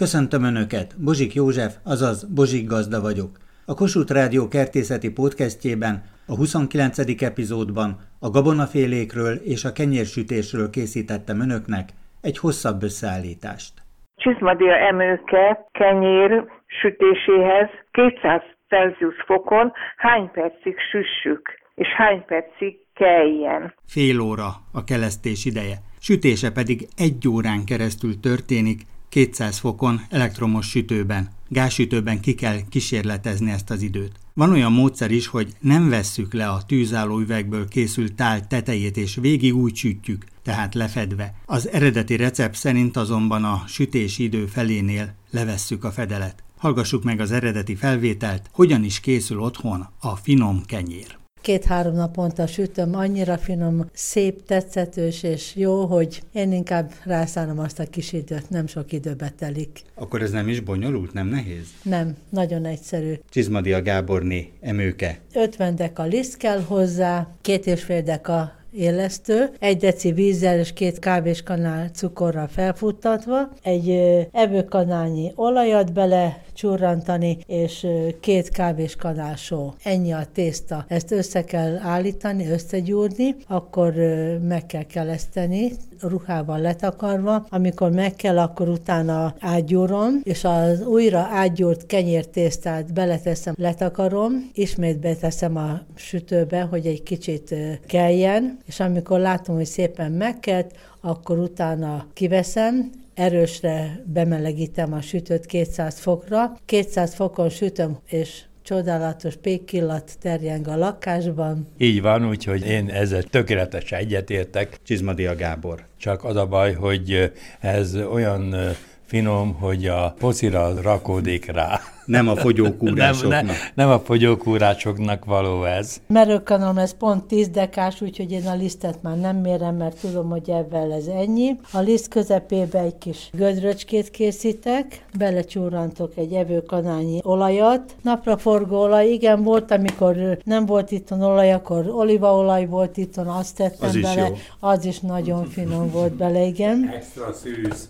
Köszöntöm Önöket, Bozsik József, azaz Bozsik Gazda vagyok. A Kossuth Rádió kertészeti podcastjében, a 29. epizódban a gabonafélékről és a kenyérsütésről készítettem Önöknek egy hosszabb összeállítást. Csizmadia emőke kenyér sütéséhez 200 Celsius fokon hány percig süssük, és hány percig keljen. Fél óra a kelesztés ideje, sütése pedig 1 órán keresztül történik 200 fokon elektromos sütőben. Gázsütőben ki kell kísérletezni ezt az időt. Van olyan módszer is, hogy nem vesszük le a tűzálló üvegből készült tál tetejét, és végig úgy sütjük, tehát lefedve. Az eredeti recept szerint azonban a sütési idő felénél levesszük a fedelet. Hallgassuk meg az eredeti felvételt, hogyan is készül otthon a finom kenyér. 2-3 naponta sütöm, annyira finom, szép, tetszetős és jó, hogy én inkább rászállom azt a kis időt, nem sok időbe telik. Akkor ez nem is bonyolult, nem nehéz? Nem, nagyon egyszerű. Csizmadia Gáborné emőke. 50 deka liszt kell hozzá, 2,5 deka élesztő, 1 deci vízzel és 2 kávéskanál cukorral felfuttatva, egy evőkanálnyi olajat bele csurrantani, és 2 kávéskanál só. Ennyi a tészta. Ezt össze kell állítani, összegyúrni, akkor meg kell keleszteni, ruhával letakarva. Amikor meg kell, akkor utána átgyúrom, és az újra átgyúrt kenyértésztát beleteszem, letakarom, ismét beteszem a sütőbe, hogy egy kicsit keljen, és amikor látom, hogy szépen megkelt, akkor utána kiveszem, erősre bemelegítem a sütőt 200 fokra. 200 fokon sütöm, és csodálatos pékillat terjeng a lakásban. Így van, úgyhogy én ezzel tökéletesen egyetértek. Csizmadia Gábor. Csak az a baj, hogy ez olyan finom, hogy a focira rakódik rá. Nem a fogyókúrásoknak. Nem a fogyókúrásoknak való ez. Merőkanalom, ez pont 10 dekás, úgyhogy én a lisztet már nem mérem, mert tudom, hogy ebben ez ennyi. A liszt közepébe egy kis gödröcskét készítek, belecsúrantok egy evőkanálnyi olajat. Napraforgó olaj, igen, volt, amikor nem volt itthon olaj, akkor olívaolaj volt itthon, azt tettem az bele. Jó. Az is nagyon finom volt bele, igen. Extra szűz.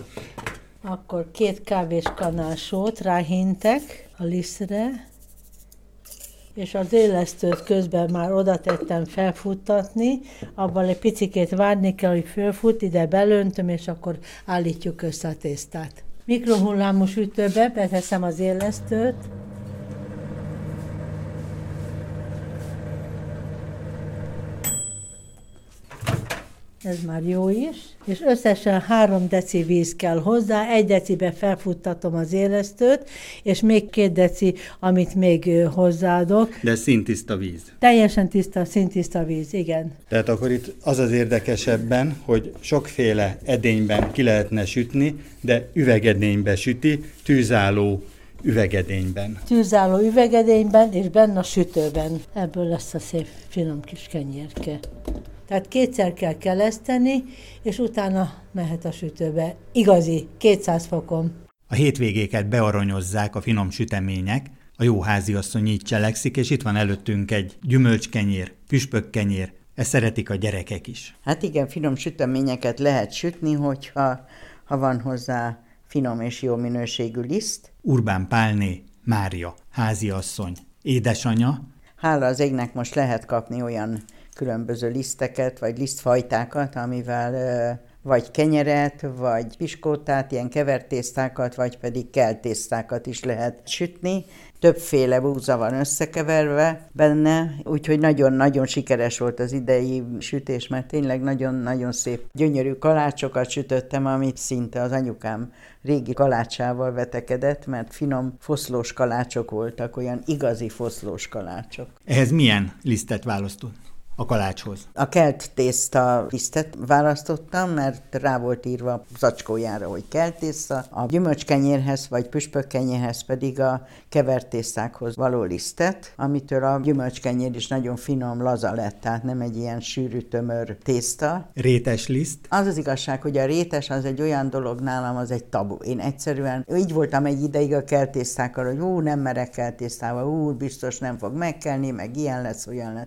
Akkor 2 kávéskanál sót ráhintek a lisztre, és az élesztőt közben már oda tettem felfuttatni, abban egy picikét várni kell, hogy fölfut, ide belöntöm, és akkor állítjuk össze a tésztát. Mikrohullámú sütőbe beteszem az élesztőt, ez már jó is, és összesen 3 deci víz kell hozzá, 1 decibe felfuttatom az élesztőt, és még 2 deci, amit még hozzáadok. De színtiszta víz. Teljesen tiszta, színtiszta víz, igen. Tehát akkor itt az az érdekesebben, hogy sokféle edényben ki lehetne sütni, de üvegedénybe süti, tűzálló üvegedényben. Tűzálló üvegedényben és benne a sütőben. Ebből lesz a szép finom kis kenyérke. Tehát 2-szer kell keleszteni, és utána mehet a sütőbe. Igazi, 200 fokon. A hétvégéket bearanyozzák a finom sütemények, a jó háziasszony így cselekszik, és itt van előttünk egy gyümölcskenyér, püspökkenyér, ezt szeretik a gyerekek is. Hát igen, finom süteményeket lehet sütni, hogyha van hozzá finom és jó minőségű liszt. Urbán Pálné Mária, háziasszony, édesanyja. Hála az égnek most lehet kapni olyan különböző liszteket, vagy lisztfajtákat, amivel vagy kenyeret, vagy piskótát, ilyen kevert tésztákat, vagy pedig keltésztákat is lehet sütni. Többféle búza van összekeverve benne, úgyhogy nagyon-nagyon sikeres volt az idei sütés, mert tényleg nagyon-nagyon szép, gyönyörű kalácsokat sütöttem, amit szinte az anyukám régi kalácsával vetekedett, mert finom foszlós kalácsok voltak, olyan igazi foszlós kalácsok. Ehhez milyen lisztet választott a kalácshoz? A kelt tészta lisztet választottam, mert rá volt írva a zacskójára, hogy kelt tészta. A gyümölcskenyérhez vagy püspökkenyérhez pedig a kevert tésztákhoz való lisztet, amitől a gyümölcskenyér is nagyon finom, laza lett, tehát nem egy ilyen sűrű, tömör tészta. Rétes liszt? Az az igazság, hogy a rétes az egy olyan dolog nálam, az egy tabu. Én egyszerűen így voltam egy ideig a keltésztákkal, hogy nem merek keltésztával, biztos nem fog megkelni, meg ilyen lesz, olyan lesz.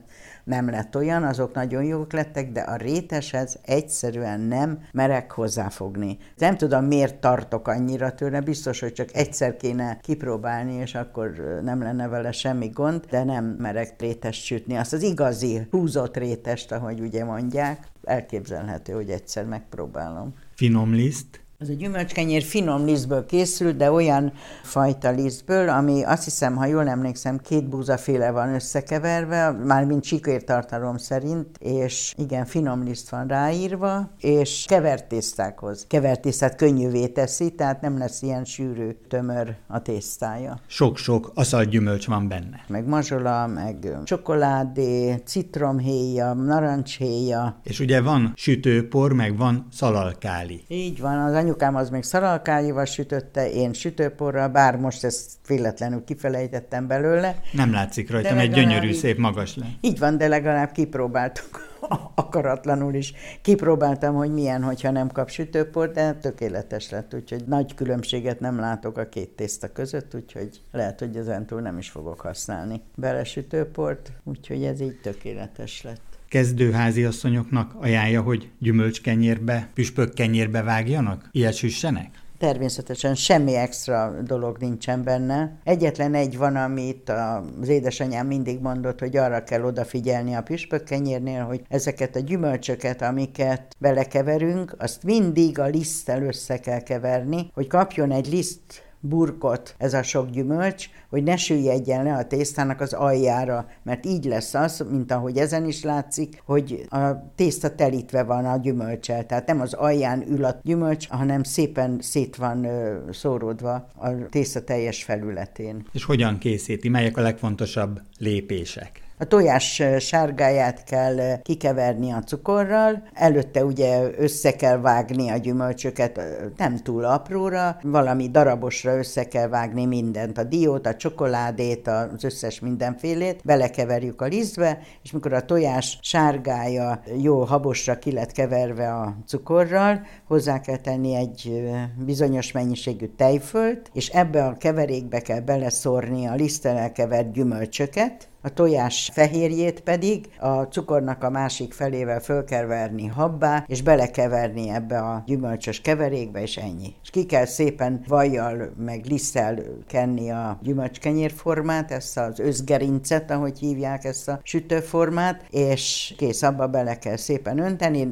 nem lett olyan, azok nagyon jók lettek, de a réteshez egyszerűen nem merek hozzáfogni. Nem tudom, miért tartok annyira tőle, biztos, hogy csak egyszer kéne kipróbálni, és akkor nem lenne vele semmi gond, de nem merek rétest sütni. Azt az igazi húzott rétest, ahogy ugye mondják, elképzelhető, hogy egyszer megpróbálom. Finom liszt? Az a gyümölcskenyér finom lisztből készül, de olyan fajta lisztből, ami azt hiszem, ha jól emlékszem, 2 búzaféle van összekeverve, mármint sikértartalom szerint, és igen, finom liszt van ráírva, és kevert tésztákhoz. Kevert tésztát könnyűvé teszi, tehát nem lesz ilyen sűrű, tömör a tésztája. Sok-sok aszalt gyümölcs van benne. Meg mazsola, meg csokoládé, citromhéja, narancshéja. És ugye van sütőpor, meg van szalalkáli. Így van, az anyukám az még szalalkálival sütötte, én sütőporral, bár most ezt véletlenül kifelejtettem belőle. Nem látszik rajta, egy gyönyörű, szép magas le. Így van, de legalább kipróbáltuk, akaratlanul is. Kipróbáltam, hogy milyen, hogyha nem kap sütőport, de tökéletes lett, úgyhogy nagy különbséget nem látok a 2 tészta között, úgyhogy lehet, hogy ezentúl nem is fogok használni bele sütőport, úgyhogy ez így tökéletes lett. Kezdő háziasszonyoknak ajánlja, hogy gyümölcskenyérbe, püspökkenyérbe vágjanak? Ilyet süssenek? Természetesen semmi extra dolog nincsen benne. Egyetlen egy van, amit az édesanyám mindig mondott, hogy arra kell odafigyelni a püspökkenyérnél, hogy ezeket a gyümölcsöket, amiket belekeverünk, azt mindig a liszttel össze kell keverni, hogy kapjon egy liszt burkot ez a sok gyümölcs, hogy ne süllyedjen le a tésztának az aljára, mert így lesz az, mint ahogy ezen is látszik, hogy a tészta telítve van a gyümölccsel, tehát nem az alján ül a gyümölcs, hanem szépen szét van szóródva a tészta teljes felületén. És hogyan készíti? Melyek a legfontosabb lépések? A tojás sárgáját kell kikeverni a cukorral, előtte ugye össze kell vágni a gyümölcsöket, nem túl apróra, valami darabosra össze kell vágni mindent, a diót, a csokoládét, az összes mindenfélét, belekeverjük a lisztbe, és mikor a tojás sárgája jó habosra ki lett keverve a cukorral, hozzá kell tenni egy bizonyos mennyiségű tejfölt, és ebbe a keverékbe kell beleszórni a liszttel elkevert gyümölcsöket, a tojás fehérjét pedig a cukornak a másik felével föl kell verni habbá, és belekeverni ebbe a gyümölcsös keverékbe, és ennyi. És ki kell szépen vajjal, meg liszttel kenni a gyümölcskenyérformát, ezt az összgerincet, ahogy hívják ezt a sütőformát, és kész, abba bele kell szépen önteni.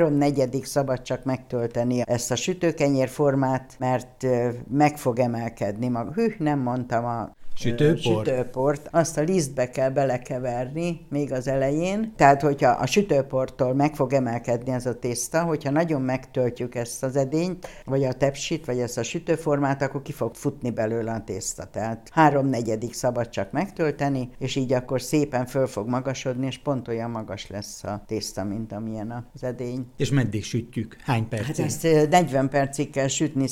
3/4 szabad csak megtölteni ezt a sütőkenyérformát, mert meg fog emelkedni maga. Nem mondtam a sütőport. Azt a lisztbe kell belekeverni még az elején. Tehát, hogyha a sütőporttól meg fog emelkedni ez a tészta, hogyha nagyon megtöltjük ezt az edényt, vagy a tepsit, vagy ezt a sütőformát, akkor ki fog futni belőle a tészta. Tehát 3/4 szabad csak megtölteni, és így akkor szépen föl fog magasodni, és pont olyan magas lesz a tészta, mint amilyen az edény. És meddig sütjük? Hány percig? Hát ezt 40 percig kell sütni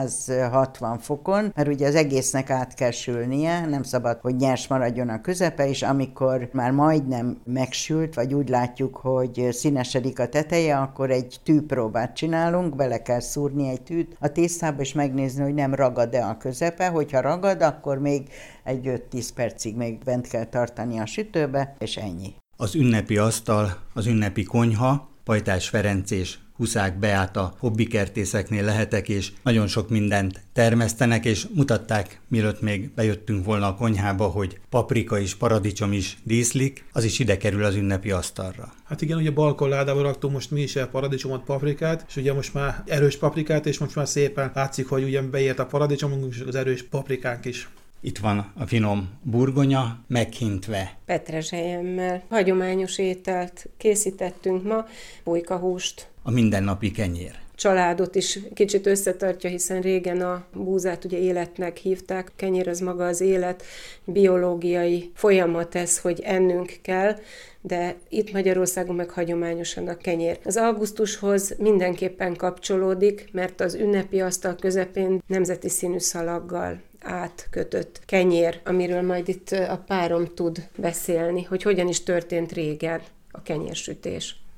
160 fokon, mert ugye az egésznek át kell sülnie, nem szabad, hogy nyers maradjon a közepe, és amikor már majdnem megsült, vagy úgy látjuk, hogy színesedik a teteje, akkor egy tűpróbát csinálunk, bele kell szúrni egy tűt a tésztába, és megnézni, hogy nem ragad-e a közepe. Hogyha ragad, akkor még egy 5-10 percig még bent kell tartani a sütőbe, és ennyi. Az ünnepi asztal, az ünnepi konyha, Pajtás Ferenc és Huszák Beáta hobbikertészeknél lehetek, és nagyon sok mindent termesztenek, és mutatták, mielőtt még bejöttünk volna a konyhába, hogy paprika is, paradicsom is díszlik, az is ide kerül az ünnepi asztalra. Hát igen, ugye balkonládába raktunk most mi is el paradicsomot, paprikát, és ugye most már erős paprikát, és most már szépen látszik, hogy ugye beért a paradicsomunk, és az erős paprikánk is. Itt van a finom burgonya, meghintve. Petrezselyemmel. Hagyományos ételt készítettünk ma, bujkahúst. A mindennapi kenyér. Családot is kicsit összetartja, hiszen régen a búzát ugye életnek hívták. A kenyér az maga az élet, biológiai folyamat ez, hogy ennünk kell, de itt Magyarországon meg hagyományosan a kenyér. Az augusztushoz mindenképpen kapcsolódik, mert az ünnepi asztal közepén nemzeti színű szalaggal átkötött kenyér, amiről majd itt a párom tud beszélni, hogy hogyan is történt régen a kenyérsütés.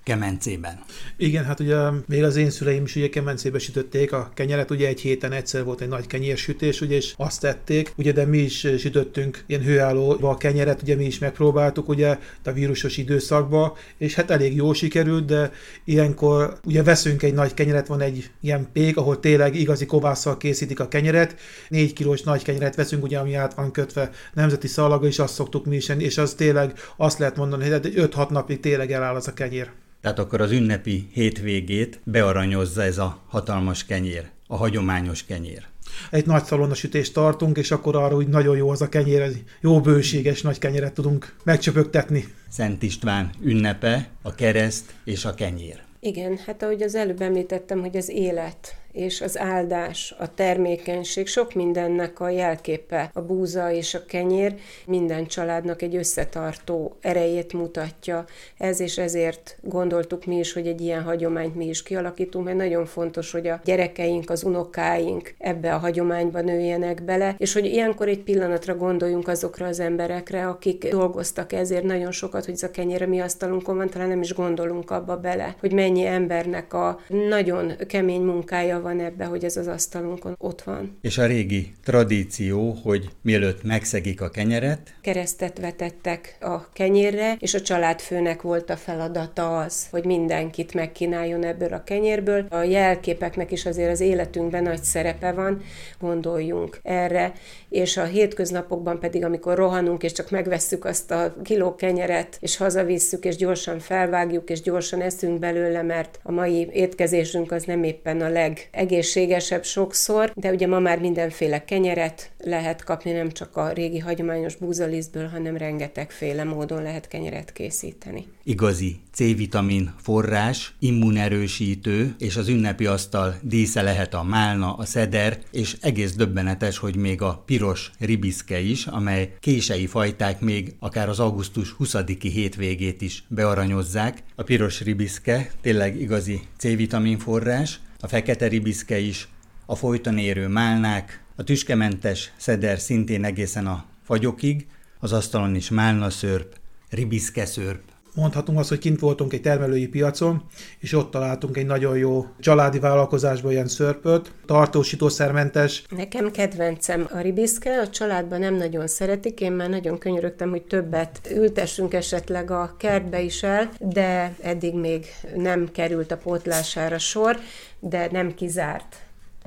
kemencében. Igen, hát ugye még az én szüleim is ugye kemencébe sütötték a kenyeret, ugye egy héten egyszer volt egy nagy kenyérsütés, ugye, és azt tették, ugye, de mi is sütöttünk ilyen hőállóba a kenyeret, ugye mi is megpróbáltuk, ugye, a vírusos időszakba, és hát elég jól sikerült, de ilyenkor ugye veszünk egy nagy kenyeret, van egy ilyen pék, ahol tényleg igazi kovásszal készítik a kenyeret, 4 kilós nagy kenyeret veszünk, ugye, ami át van kötve nemzeti szalaga, és azt szoktuk mi is enni, és az tényleg azt lehet mondani, hogy 5-6 napig tényleg eláll az a kenyér. Tehát akkor az ünnepi hétvégét bearanyozza ez a hatalmas kenyér, a hagyományos kenyér. Egy nagy szalonnasütést tartunk, és akkor arra úgy nagyon jó az a kenyér, egy jó bőséges nagy kenyeret tudunk megcsöpögtetni. Szent István ünnepe, a kereszt és a kenyér. Igen, hát ahogy az előbb említettem, hogy az élet és az áldás, a termékenység, sok mindennek a jelképe, a búza és a kenyér minden családnak egy összetartó erejét mutatja. Ez és ezért gondoltuk mi is, hogy egy ilyen hagyományt mi is kialakítunk, mert nagyon fontos, hogy a gyerekeink, az unokáink ebbe a hagyományba nőjenek bele, és hogy ilyenkor egy pillanatra gondoljunk azokra az emberekre, akik dolgoztak ezért nagyon sokat, hogy ez a kenyér a mi asztalunkon van, talán nem is gondolunk abba bele, hogy mennyi embernek a nagyon kemény munkája van ebbe, hogy ez az asztalunkon ott van. És a régi tradíció, hogy mielőtt megszegik a kenyeret, keresztet vetettek a kenyérre, és a családfőnek volt a feladata az, hogy mindenkit megkínáljon ebből a kenyérből. A jelképeknek is azért az életünkben nagy szerepe van, gondoljunk erre, és a hétköznapokban pedig, amikor rohanunk, és csak megvesszük azt a kiló kenyeret, és hazavisszük, és gyorsan felvágjuk, és gyorsan eszünk belőle, mert a mai étkezésünk az nem éppen a legegészségesebb sokszor, de ugye ma már mindenféle kenyeret lehet kapni, nem csak a régi hagyományos búzalisztből, hanem rengetegféle módon lehet kenyeret készíteni. Igazi C-vitamin forrás, immunerősítő, és az ünnepi asztal dísze lehet a málna, a szeder, és egész döbbenetes, hogy még a piros ribiszke is, amely kései fajták még akár az augusztus 20-i hétvégét is bearanyozzák. A piros ribiszke tényleg igazi C-vitamin forrás, a fekete ribiszke is, a folyton érő málnák, a tüskementes szeder szintén egészen a fagyokig, az asztalon is málnaszörp, ribiszkeszörp. Mondhatunk azt, hogy kint voltunk egy termelői piacon, és ott találtunk egy nagyon jó családi vállalkozásban ilyen szörpöt, tartósítószermentes. Nekem kedvencem a ribiszke, a családban nem nagyon szeretik, én már nagyon könyörögtem, hogy többet ültessünk esetleg a kertbe is el, de eddig még nem került a pótlására sor, de nem kizárt.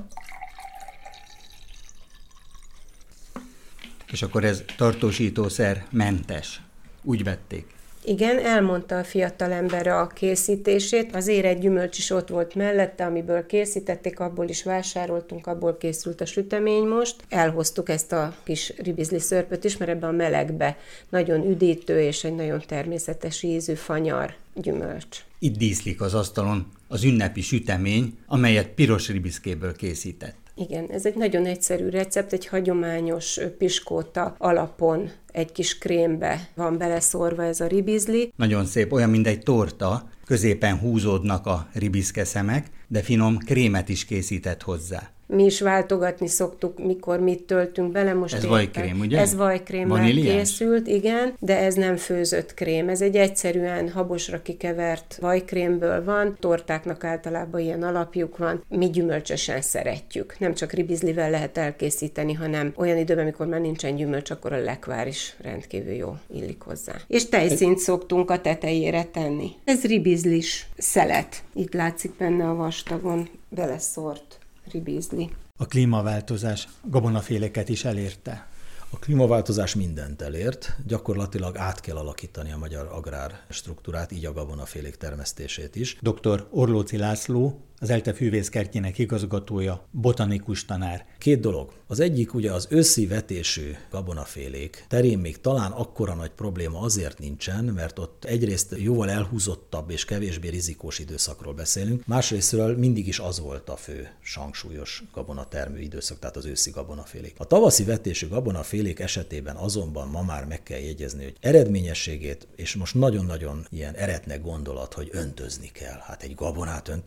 És akkor ez tartósítószer mentes. Úgy vették. Igen, elmondta a fiatalember a készítését. Az érett gyümölcs is ott volt mellette, amiből készítették, abból is vásároltunk, abból készült a sütemény most. Elhoztuk ezt a kis ribizli szörpöt is, mert ebben a melegbe nagyon üdítő és egy nagyon természetes ízű fanyar gyümölcs. Itt díszlik az asztalon az ünnepi sütemény, amelyet piros ribiszkéből készített. Igen, ez egy nagyon egyszerű recept, egy hagyományos piskóta alapon egy kis krémbe van beleszórva ez a ribizli. Nagyon szép, olyan, mint egy torta, középen húzódnak a ribiszke szemek, de finom krémet is készített hozzá. Mi is váltogatni szoktuk, mikor mit töltünk bele. Most ez vajkrém, ugye? Ez vajkrémmel készült, igen, de ez nem főzött krém. Ez egy egyszerűen habosra kikevert vajkrémből van. Tortáknak általában ilyen alapjuk van. Mi gyümölcsösen szeretjük. Nem csak ribizlivel lehet elkészíteni, hanem olyan időben, amikor már nincsen gyümölcs, akkor a lekvár is rendkívül jó illik hozzá. És tejszínt szoktunk a tetejére tenni. Ez ribizlis szelet. Itt látszik benne a vastagon beleszórt ribizli. A klímaváltozás gabonaféleket is elérte. A klímaváltozás mindent elért, gyakorlatilag át kell alakítani a magyar agrárstruktúrát, így a gabonafélék termesztését is. Dr. Orlóczy László, az ELTE fűvészkertjének igazgatója, botanikus tanár. 2 dolog. Az egyik ugye az őszi vetésű gabonafélék terén még talán akkora nagy probléma azért nincsen, mert ott egyrészt jóval elhúzottabb és kevésbé rizikós időszakról beszélünk, másrésztről mindig is az volt a fő sangsúlyos gabonatermő időszak, tehát az őszi gabonafélék. A tavaszi vetésű gabonafélék esetében azonban ma már meg kell jegyezni, hogy eredményességét, és most nagyon-nagyon ilyen eretnek gondolat, hogy öntözni kell. Hát egy gabonát öntözni.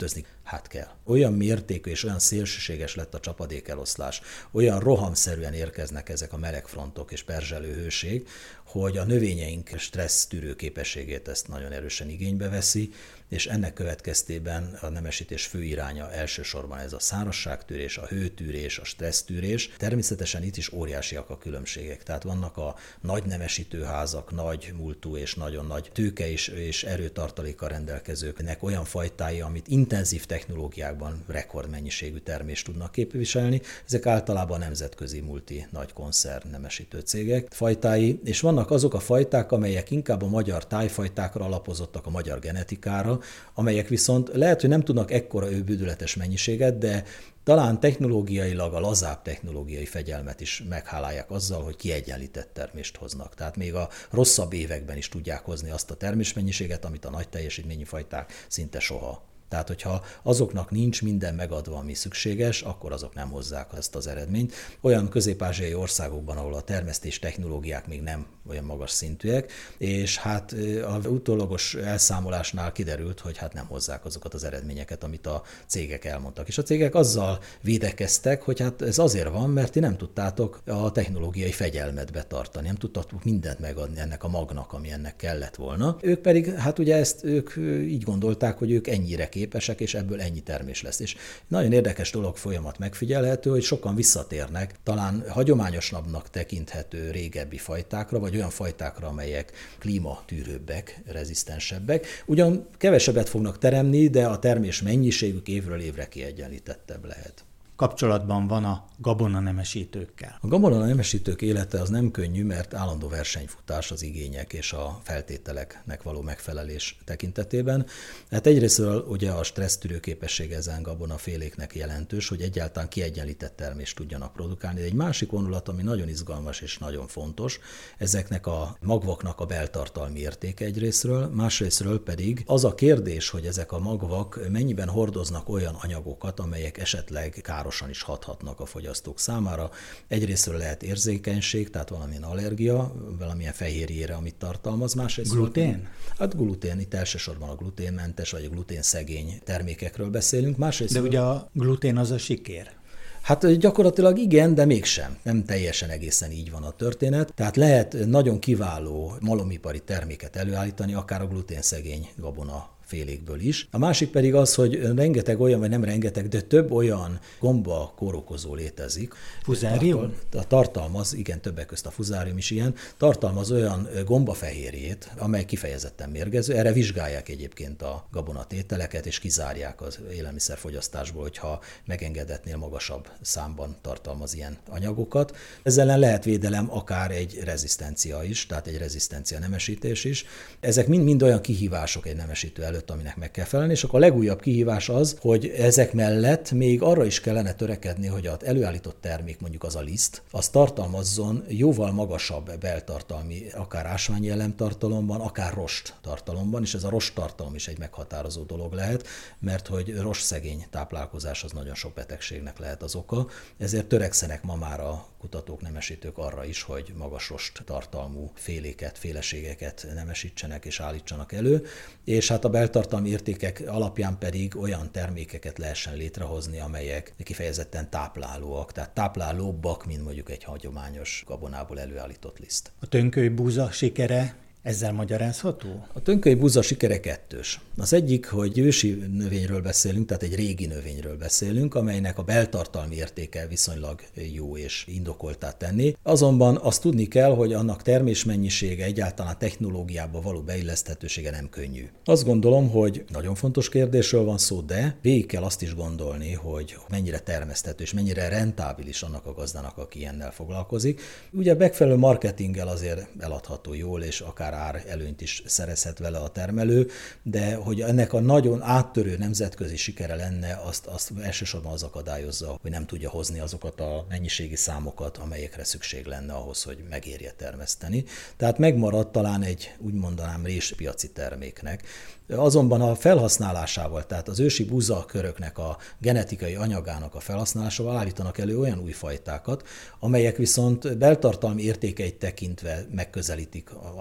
Hát kell. Olyan mértékű és olyan szélsőséges lett a csapadékeloszlás, olyan rohamszerűen érkeznek ezek a melegfrontok és perzselő hőség, hogy a növényeink stressz tűrő képességét ezt nagyon erősen igénybe veszi, és ennek következtében a nemesítés fő iránya elsősorban ez a szárazságtűrés, a hőtűrés, a stressztűrés. Természetesen itt is óriásiak a különbségek. Tehát vannak a nagy nemesítőházak, nagy múltú és nagyon nagy tőke és erőtartalékkal rendelkezőknek olyan fajtái, amit intenzív technológiákban rekordmennyiségű termést tudnak képviselni. Ezek általában nemzetközi multi nagy koncern nemesítő cégek fajtái, és vannak azok a fajták, amelyek inkább a magyar tájfajtákra alapozottak, a magyar genetikára, amelyek viszont lehet, hogy nem tudnak ekkora bődületes mennyiséget, de talán technológiailag a lazább technológiai fegyelmet is meghálálják azzal, hogy kiegyenlített termést hoznak. Tehát még a rosszabb években is tudják hozni azt a termésmennyiséget, amit a nagy teljesítményű fajták szinte soha. Tehát, hogyha azoknak nincs minden megadva, ami szükséges, akkor azok nem hozzák ezt az eredményt. Olyan közép-ázsiai országokban, ahol a termesztés technológiák még nem olyan magas szintűek, és hát az utólagos elszámolásnál kiderült, hogy hát nem hozzák azokat az eredményeket, amit a cégek elmondtak. És a cégek azzal védekeztek, hogy hát ez azért van, mert ti nem tudtátok a technológiai fegyelmet betartani, nem tudtatok mindent megadni ennek a magnak, ami ennek kellett volna. Ők pedig, hát ugye ők így gondolták, hogy ők ennyire képesek, és ebből ennyi termés lesz. És nagyon érdekes dolog folyamat megfigyelhető, hogy sokan visszatérnek talán hagyományosabbnak tekinthető régebbi fajtákra, vagy olyan fajtákra, amelyek klímatűrőbbek, rezisztensebbek. Ugyan kevesebbet fognak teremni, de a termés mennyiségük évről évre kiegyenlítettebb lehet. Kapcsolatban van a gabonanemesítőkkel. A gabonanemesítők élete az nem könnyű, mert állandó versenyfutás az igények és a feltételeknek való megfelelés tekintetében. Hát egyrésztről ugye a stressztűrő képessége ezen gabonaféléknek jelentős, hogy egyáltalán kiegyenlített termést tudjanak produkálni. De egy másik vonulat, ami nagyon izgalmas és nagyon fontos, ezeknek a magvaknak a beltartalmi értéke egyrészről, másrészről pedig az a kérdés, hogy ezek a magvak mennyiben hordoznak olyan anyagokat, amelyek esetleg károsan is hathatnak a fogyasztók számára. Egyrésztről lehet érzékenység, tehát valamilyen allergia, valamilyen fehérjére, amit tartalmaz. Másrésztről glutén? Hát glutén, itt elsősorban a gluténmentes vagy a gluténszegény termékekről beszélünk. Másrésztről... De ugye a glutén az a sikér. Hát gyakorlatilag igen, de mégsem. Nem teljesen egészen így van a történet. Tehát lehet nagyon kiváló malomipari terméket előállítani, akár a gluténszegény gabona félékből is. A másik pedig az, hogy rengeteg olyan, vagy nem rengeteg, de több olyan gomba kórokozó létezik. Fuzárium? Tartalmaz, igen, többek közt a fuzárium is ilyen, tartalmaz olyan gombafehérjét, amely kifejezetten mérgező. Erre vizsgálják egyébként a gabonatételeket, és kizárják az élelmiszerfogyasztásból, hogyha megengedetnél magasabb számban tartalmaz ilyen anyagokat. Ezzel lehet védelem, akár egy rezisztencia is, tehát egy rezisztencia nemesítés is. Ezek mind olyan kihívások egy nemesítő előtt, aminek meg kell felelni, és akkor a legújabb kihívás az, hogy ezek mellett még arra is kellene törekedni, hogy az előállított termék, mondjuk az a liszt, az tartalmazzon jóval magasabb beltartalmi, akár ásványi elemtartalomban, akár rost tartalomban, és ez a rost tartalom is egy meghatározó dolog lehet, mert hogy rostszegény táplálkozás az nagyon sok betegségnek lehet az oka, ezért törekszenek ma már a kutatók, nemesítők arra is, hogy magas rost tartalmú féléket, féleségeket nemesítsenek és állítsanak elő, és hát a beltartalmi értékek alapján pedig olyan termékeket lehessen létrehozni, amelyek kifejezetten táplálóak, tehát táplálóbbak, mint mondjuk egy hagyományos gabonából előállított liszt. A tönköly búza sikere ezzel magyarázható? A tönköly búza sikere kettős. Az egyik, hogy ősi növényről beszélünk, tehát egy régi növényről beszélünk, amelynek a beltartalmi értéke viszonylag jó és indokoltá tenni. Azonban azt tudni kell, hogy annak termésmennyisége, egyáltalán technológiába való beilleszthetősége nem könnyű. Azt gondolom, hogy nagyon fontos kérdésről van szó, de végig kell azt is gondolni, hogy mennyire termeszthető és mennyire rentábilis annak a gazdának, aki ilyennel foglalkozik. Ugye megfelelő marketinggel azért eladható jól, és akár ár előnyt is szerezhet vele a termelő, de hogy ennek a nagyon áttörő nemzetközi sikere lenne, azt elsősorban az akadályozza, hogy nem tudja hozni azokat a mennyiségi számokat, amelyekre szükség lenne ahhoz, hogy megérje termeszteni. Tehát megmarad talán egy, úgy mondanám, réspiaci terméknek. Azonban a felhasználásával, tehát az ősi búzaköröknek a genetikai anyagának a felhasználásával állítanak elő olyan új fajtákat, amelyek viszont beltartalmi értékeit tekintve megközelítik akár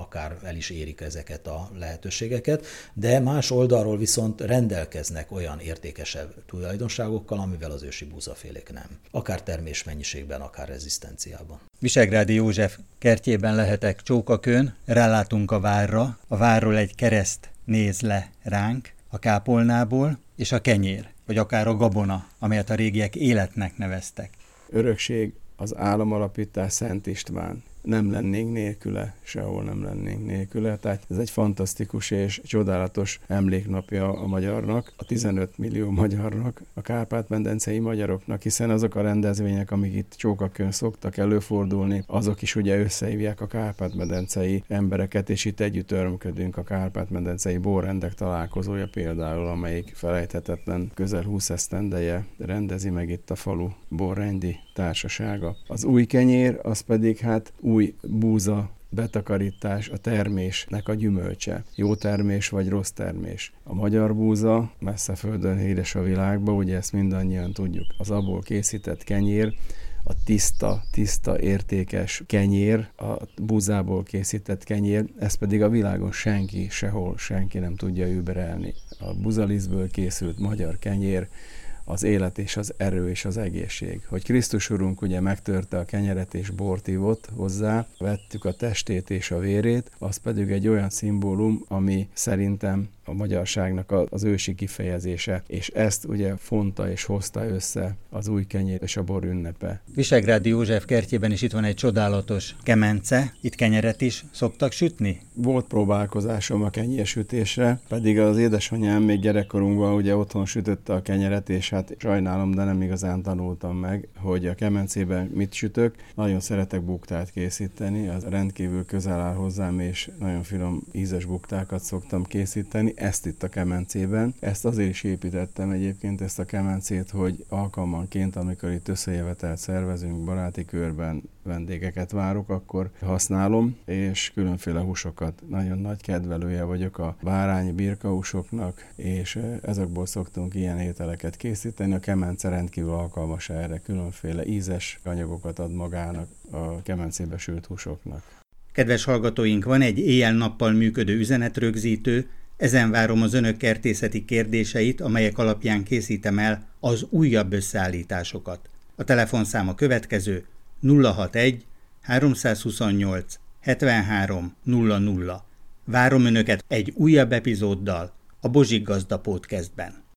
el is érik ezeket a lehetőségeket, de más oldalról viszont rendelkeznek olyan értékesebb tulajdonságokkal, amivel az ősi búzafélék nem. Akár termésmennyiségben, akár rezisztenciában. Visegrádi József kertjében lehetek Csókakőn, rálátunk a várra, a várról egy kereszt néz le ránk, a kápolnából, és a kenyér, vagy akár a gabona, amelyet a régiek életnek neveztek. Örökség, az államalapítás Szent István. Nem lennénk nélküle, sehol nem lennénk nélküle, tehát ez egy fantasztikus és csodálatos emléknapja a magyarnak, a 15 millió magyarnak, a kárpát-medencei magyaroknak, hiszen azok a rendezvények, amik itt Csókakőn szoktak előfordulni, azok is ugye összehívják a kárpát-medencei embereket, és itt együtt örömködünk. A kárpát-medencei borrendek találkozója például, amelyik felejthetetlen közel 20 esztendeje rendezi meg itt a falu borrendi társasága. Az új kenyér, az pedig hát új búza, betakarítás, a termésnek a gyümölcse. Jó termés vagy rossz termés. A magyar búza messze földön híres a világban, ugye ezt mindannyian tudjuk. Az abból készített kenyér, a tiszta, értékes kenyér, a búzából készített kenyér, ezt pedig a világon sehol senki nem tudja überelni. A búzalisztből készült magyar kenyér, az élet és az erő és az egészség. Hogy Krisztus Urunk ugye megtörte a kenyeret és bort ivott hozzá, vettük a testét és a vérét, az pedig egy olyan szimbólum, ami szerintem a magyarságnak az ősi kifejezése, és ezt ugye fonta és hozta össze az új kenyér és a bor ünnepe. Visegrádi József kertjében is itt van egy csodálatos kemence, itt kenyeret is szoktak sütni? Volt próbálkozásom a kenyérsütésre, pedig az édesanyám még gyerekkorunkban ugye otthon sütötte a kenyeret, és hát sajnálom, de nem igazán tanultam meg, hogy a kemencében mit sütök. Nagyon szeretek buktát készíteni, az rendkívül közel áll hozzám, és nagyon finom ízes buktákat szoktam készíteni. Ezt itt a kemencében. Ezt azért is építettem egyébként ezt a kemencét, hogy alkalmanként, amikor itt összejövetelt szervezünk, baráti körben vendégeket várok, akkor használom, és különféle húsokat. Nagyon nagy kedvelője vagyok a bárány birkahúsoknak, és ezekből szoktunk ilyen ételeket készíteni. A kemence rendkívül alkalmas erre, különféle ízes anyagokat ad magának a kemencébe sült húsoknak. Kedves hallgatóink, van egy éjjel-nappal működő üzenetrögzítő, ezen várom az önök kertészeti kérdéseit, amelyek alapján készítem el az újabb összeállításokat. A telefonszám a következő: 061 328 73 00. Várom önöket egy újabb epizóddal a Bozsik Gazda Podcastben.